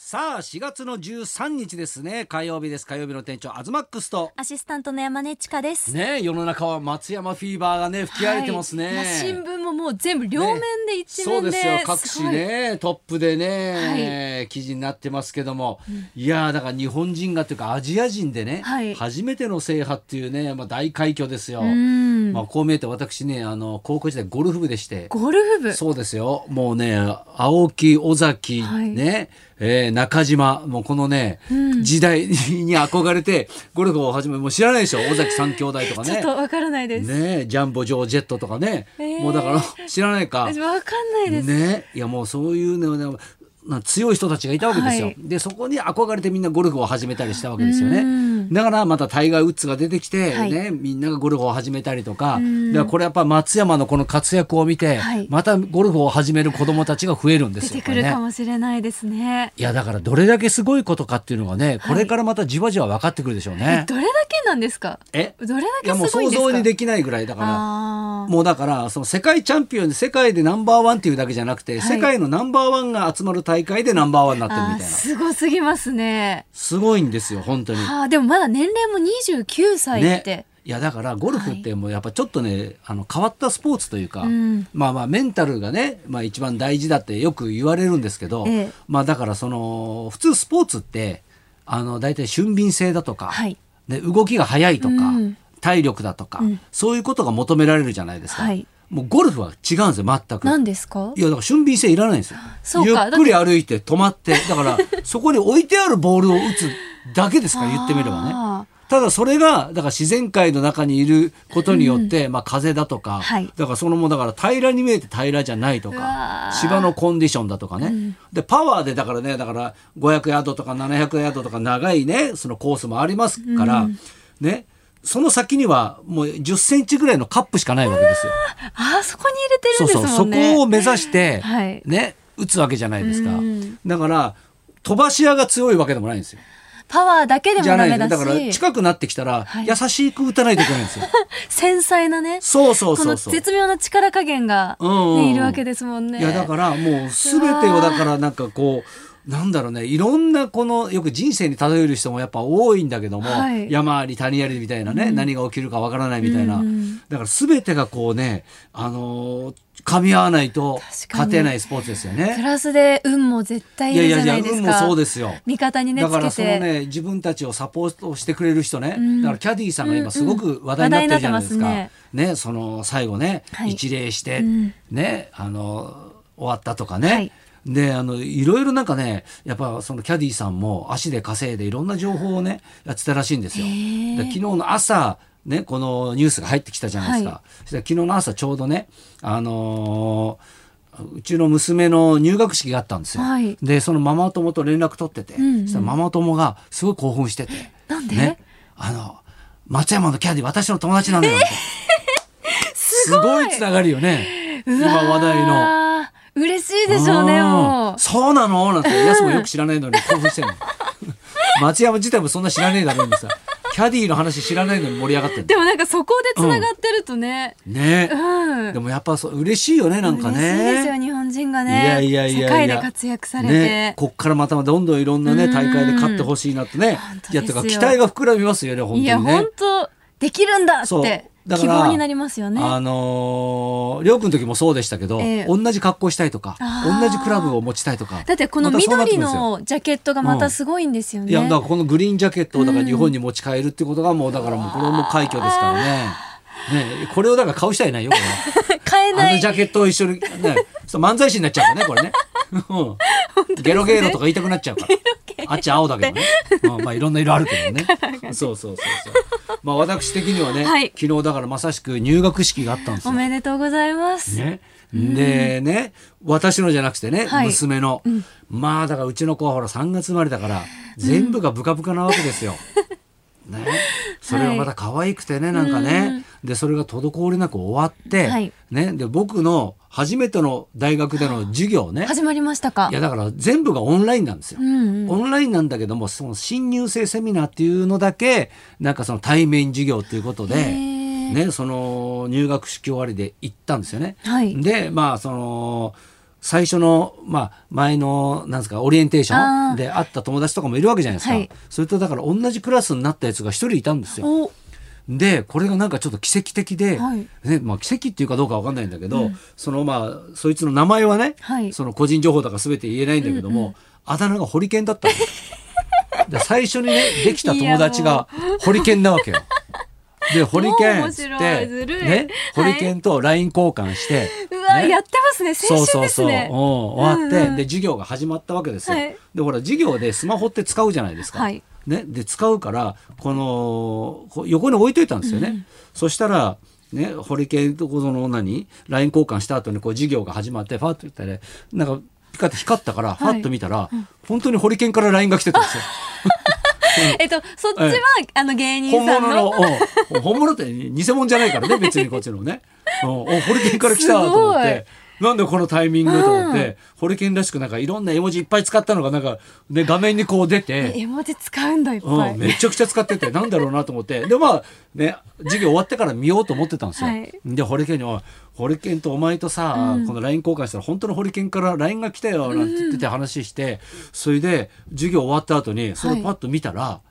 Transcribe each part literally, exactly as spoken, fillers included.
さあしがつのじゅうさんにちですね、火曜日です。火曜日の店長アズマックスとアシスタントの山根千佳ですね、世の中は松山フィーバーがね吹き荒れてますね、 はい、新聞ももう全部両面で一面で、 ね、そうですよ、各紙ねトップでね、はい、記事になってますけども、うん、いやだから日本人がというかアジア人でね、はい、初めての制覇っていうね、まあ、大快挙ですよ。まあ、こう見えて私ね、あの高校時代ゴルフ部でして。 ゴルフ部。 そうですよ、もうね青木尾崎、はい、ね、えー、中島、もうこのね、うん、時代に憧れてゴルフを始め、もう知らないでしょ、尾崎三兄弟とかねちょっとわからないです、 ね、ジャンボジョージェットとかね、えー、もうだから知らないか。 私わかんないですね。いやもうそういうね強い人たちがいたわけですよ、はい、でそこに憧れてみんなゴルフを始めたりしたわけですよね。だからまたタイガー・ウッズが出てきて、はい、ね、みんながゴルフを始めたりとか、だからこれやっぱ松山のこの活躍を見て、はい、またゴルフを始める子どもたちが増えるんですよ。 出てくるかもしれないですね。 いやだからどれだけすごいことかっていうのがね、これからまたじわじわ分かってくるでしょうね、はい、 どれだけなんですか。 えどれだけすごいんですか。 いやもう想像にできないぐらいだから、もうだからその世界チャンピオンで世界でナンバーワンっていうだけじゃなくて、はい、世界のナンバーワンが集まる大会でナンバーワンになってるみたいな。 すごすぎますね。 すごいんですよ本当に。 はあ、でもまだ年齢もにじゅうきゅうさいって、ね、 いやだからゴルフってもうやっぱちょっとね、はい、あの変わったスポーツというか、うん、まあまあメンタルがね、まあ、一番大事だってよく言われるんですけど、ええ、まあだからその普通スポーツってあの大体俊敏性だとか、はい、ね、動きが速いとか、うん、体力だとか、うん、そういうことが求められるじゃないですか、はい、もうゴルフは違うんですよ全く。 何ですか。 いやだから俊敏性いらないんですよ。ゆっくり歩いて止まってだからそこに置いてあるボールを打つだけですから言ってみればね。ただそれがだから自然界の中にいることによって、うん、まあ、風だとか、はい、だからそのもだから平らに見えて平らじゃないとか芝のコンディションだとかね、うん、でパワーでだからね、だからごひゃくヤードとかななひゃくヤードとか長いねそのコースもありますから、うん、ね、その先にはもうじゅっセンチぐらいのカップしかないわけですよ。 あそこに入れてるんですもんね。 そうそう、そこを目指してね、はい、打つわけじゃないですか。だから飛ばし屋が強いわけでもないんですよ。 パワーだけでもダメだし、 だから近くなってきたら、はい、優しく打たないといけないんですよ繊細なね、 そうそうそうそう、 この絶妙な力加減が、ね、うんうん、いるわけですもんね。 いやだからもう全てをだからなんかこうなんだろうね、いろんなこのよく人生に例える人もやっぱ多いんだけども、はい、山あり谷ありみたいなね、うん、何が起きるかわからないみたいな、うん、だから全てがこうね、あのー、噛み合わないと勝てないスポーツですよね。 プラスで運も絶対いるじゃないですか。いやいやいや、運もそうですよ。味方にねつけて、 だからそのね自分たちをサポートしてくれる人ね、うん、だからキャディーさんが今すごく話題になってるじゃないですか、うんうん、ね, ねその最後ね、はい、一礼して、うん、ねあの終わったとかね、はい、であのいろいろなんかねやっぱそのキャディーさんも足で稼いでいろんな情報をねやってたらしいんですよ。で昨日の朝ねこのニュースが入ってきたじゃないですか、はい、そしたら昨日の朝ちょうどねあのー、うちの娘の入学式があったんですよ、はい、でそのママ友と連絡取ってて、うんうん、そしたらママ友がすごい興奮してて、 なんで、 ね、あの松山のキャディー私の友達なんだよって、えー、すごいつながりよね今話題の。 嬉しいでしょうね。もうそうなのなんてやすもよく知らないのに興奮してるの松山自体もそんな知らねえだろうにさキャディーの話知らないのに盛り上がってる。 でもなんかそこでつながってるとね、 うん、ね、うん、でもやっぱそう嬉しいよね、なんかね。 嬉しいですよ日本人がね。 いやいやいやいや、 世界で活躍されて、 ね、こっからまたどんどんいろんなね大会で勝ってほしいなってね、いやとか期待が膨らみますよね本当にね。いや本当できるんだって希望になりますよね。 あのー、りょうくんの時もそうでしたけど、えー、同じ格好したいとか同じクラブを持ちたいとか。 だってこの緑のジャケットがまたすごいんですよね、 うん、いやだからこのグリーンジャケットをだから日本に持ち帰るってことがもうだからもうこれも快挙ですからね。ね、これをだから買う人はいないよこれ買えない。 あのジャケットを一緒に、ね、そう漫才師になっちゃうからねこれねゲロゲロとか言いたくなっちゃうからあっち青だけどね、うん、まあいろんな色あるけどねそうそうそうそうまあ私的にはね、はい、昨日だからまさしく入学式があったんですよ。 おめでとうございます、 ね、でね私のじゃなくてね、はい、娘の、うん、まあだからうちの子はほらさんがつ生まれだから全部がブカブカなわけですよ、うんね、それがまた可愛くてね、はい、なんかね、でそれが滞りなく終わって、はい、ね、で僕の初めての大学での授業ね始まりましたか。 いやだから全部がオンラインなんですよ、うんうん、オンラインなんだけどもその新入生セミナーっていうのだけなんかその対面授業っていうことで、ね、その入学式終わりで行ったんですよね、はい、でまあその最初の、まあ、前のなんですかオリエンテーションで会った友達とかもいるわけじゃないですか、はい、それとだから同じクラスになったやつが一人いたんですよ。でこれがなんかちょっと奇跡的で、はいねまあ、奇跡っていうかどうかわかんないんだけど、うん、そのまあそいつの名前はね、はい、その個人情報だから全て言えないんだけども、うんうん、あだ名がホリケンだったので最初にねできた友達がホリケンなわけよ。でホリケンっつって、ね、ホリケンと ライン 交換して、 うわ、ね、やってますね。青春ですね。そうそうそう、 終わって、うんうん、で授業が始まったわけですよ、はい、でほら授業でスマホって使うじゃないですか、はいね、で使うからこの横に置いといたんですよね、うん、そしたらね、ホリケンとこの何 ライン 交換した後にこう授業が始まってファッと言ったら、ね、なんかピカって光ったからファッと見たら、はいうん、本当にホリケンから ライン が来てたんですよえっと、そっちは、ええ、あの芸人さんの本物の本物って偽物じゃないからね別にこっちのねおホリケンから来たと思ってなんでこのタイミングと思って、うん、ホリケンらしくなんかいろんな絵文字いっぱい使ったのがなんか、ね、画面にこう出て絵文字使うんだいっぱい、 うん、めちゃくちゃ使っててなんだろうなと思ってでまあね授業終わってから見ようと思ってたんですよ、はい、でホリケンにはホリケンとお前とさ、うん、この ライン 交換したら本当のホリケンから ライン が来たよなんて言ってて話して、うん、それで授業終わった後にそれをパッと見たら、はい、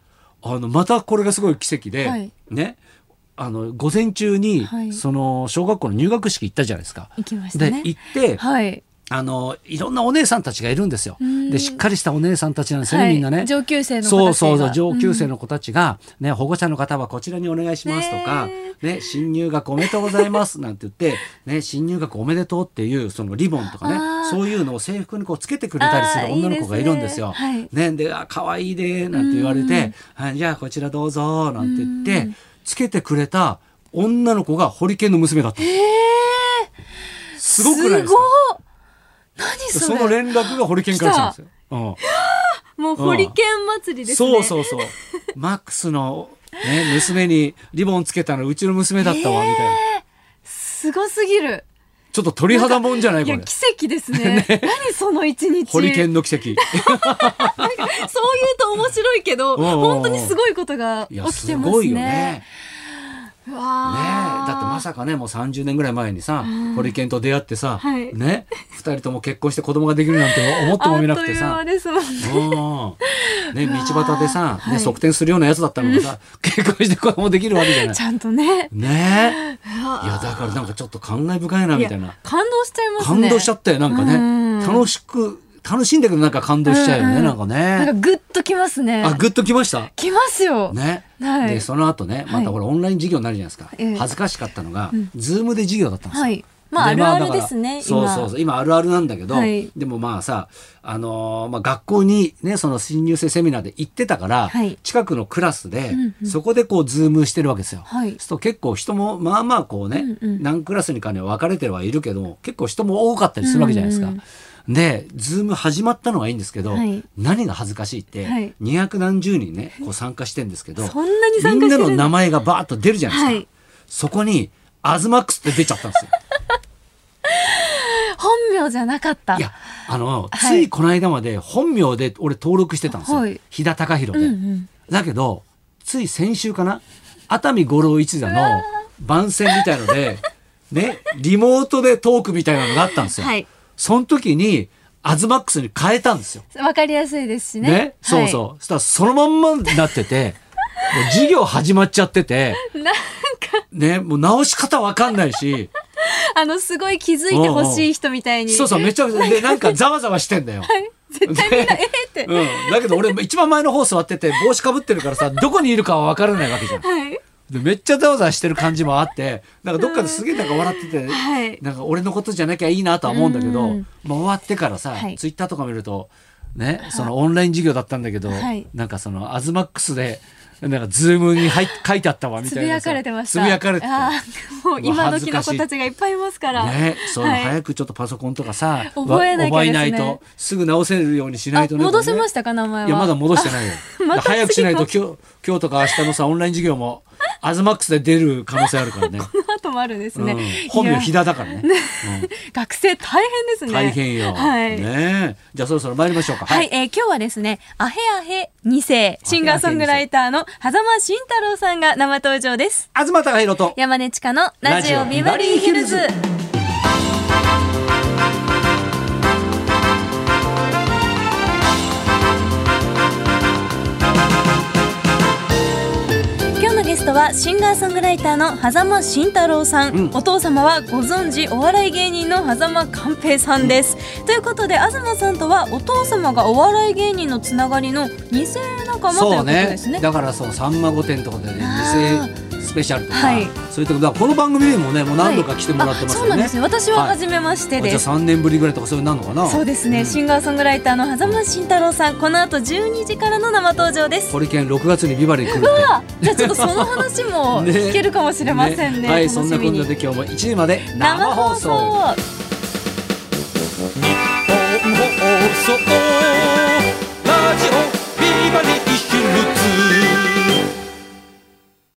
あのまたこれがすごい奇跡で、はい、ねあの午前中に、はい、その小学校の入学式行ったじゃないですか。 行きましたね。 で行って、 はい、 あのいろんなお姉さんたちがいるんですよ。でしっかりしたお姉さんたちなんですよね、はい、みんなね。 上級生の子たちがそうそうそう上級生の子たちが、ね、保護者の方はこちらにお願いしますとか、ね、新入学おめでとうございますなんて言って、ね、新入学おめでとうっていうそのリボンとかねそういうのを制服にこうつけてくれたりする女の子がいるんですよ。いいですね。はい、ね、であ可愛いでなんて言われて、はい、じゃあこちらどうぞなんて言ってつけてくれた女の子がホリケンの娘だった。 えー、 すごくないですか。 何それ。 その連絡がホリケンから来たんですよ。うん、 もうホリケン祭りですね。 そうそうそう。マックスの、ね、娘にリボンつけたのうちの娘だったわ、えー、みたいな。 すごすぎる。 ちょっと鳥肌もんじゃないこれ。いや奇跡ですね。ね何その一日。 ホリケンの奇跡。なんかそういうと面白いけど本当にすごいことが起きてますね。 いやすごいよね。 うわね、だってまさかねもうさんじゅうねんぐらい前にさ、うん、ホリケンと出会ってさ、はい、ねふたりとも結婚して子供ができるなんて思ってもみなくてさ、 あっという間ですもんね、ね道端でさ、ね、側転するようなやつだったのがさ、うん、結婚して子供できるわけじゃない。 ちゃんとね。 ねいやだからなんかちょっと感慨深いなみたいな。 感動しちゃいますね。 感動しちゃったよなんかね楽しく楽しいんだけどなんか感動しちゃうよね、うんうん、なんかね。 なんかグッときますね。 あグッときました。 きますよ。 ね。はい、でその後ねまたほらオンライン授業になるじゃないですか。はい、恥ずかしかったのが、うん、ズームで授業だったんですよ。はい、 まああるあるですね。 そうそうそう今あるあるなんだけど、はい、でもまあさあのー、まあ学校にねその新入生セミナーで行ってたから、はい、近くのクラスで、うんうん、そこでこうズームしてるわけですよ。はい、そうすると結構人もまあまあこうね、うんうん、何クラスにかには分かれてはいるけども結構人も多かったりするわけじゃないですか。うんうんでズーム始まったのはいいんですけど、はい、何が恥ずかしいって、はい、にひゃくなんじゅうにんねこう参加してるんですけどそんなに参加してるみんなの名前がバーッと出るじゃないですか、はい、そこにアズマックスって出ちゃったんですよ本名じゃなかった。 いやあの、はい、ついこの間まで本名で俺登録してたんですよ、はい、飛田貴弘で、うんうん、だけどつい先週かな熱海五郎一座の番宣みたいのでねリモートでトークみたいなのがあったんですよ、はいその時にアズマックスに変えたんですよ。 わかりやすいですしね。 ねそうそう。はい、そしたらそのまんまになってて、もう授業始まっちゃってて、 なんかねもう直し方わかんないし、 あのすごい気づいてほしい人みたいに。 そうそうめちゃくちゃでなんかざわざわしてんだよ。 はい絶対みんなえーって。 うんだけど俺一番前の方座ってて帽子かぶってるからさどこにいるかはわからないわけじゃん。はい。でめっちゃざわざわしてる感じもあってなんかどっかですげえなんか笑ってて、うんはい、なんか俺のことじゃなきゃいいなとは思うんだけど、うんまあ、終わってからさ、はい、ツイッターとか見るとねそのオンライン授業だったんだけど、はい、なんかそのアズマックスでなんかズームに入書いてあったわみたいなつぶやかれてました。 つぶやかれててあもう今時の子たちがいっぱいいますからねそう、はい、早くちょっとパソコンとかさ覚えなきゃですね、覚えないとすぐ直せるようにしないとね。 戻せましたか名前は。 いやまだ戻してないよま、早くしないと今日、今日とか明日のさオンライン授業もアズマックスで出る可能性あるからねこの後もあるんですね、うん、 本名飛田だからね、うん、 学生大変ですね。 大変よ、はいね、じゃあそろそろ参りましょうか。 はい、はい、えー、今日はですねアヘアヘに世シンガーソングライターの狭間慎太郎さんが生登場です。 東貴博と山根千佳のラジオビバリーヒルズ。 はシンガーソングライターの狭間慎太郎さん、うん、お父様はご存知お笑い芸人の狭間寛平さんです、うん、ということで東さんとはお父様がお笑い芸人のつながりのに世仲間ということですね。 そうね、だからそうさんま御殿とかでねに世スペシャルとか、はい、そういうとこだからこの番組でもねもう何度か来てもらってますよね、はい、そうなんですね。 私は初めましてです、はい、 じゃあさんねんぶりぐらいとかそういうのなのかな。 そうですね、うん、シンガーソングライターの狭間慎太郎さん、この後じゅうにじからの生登場です。 ホリケンろくがつにビバリー来るって。 じゃあちょっとその話も聞けるかもしれませんね。ねねはい、そんなこんなで今日もいちじまで生放送。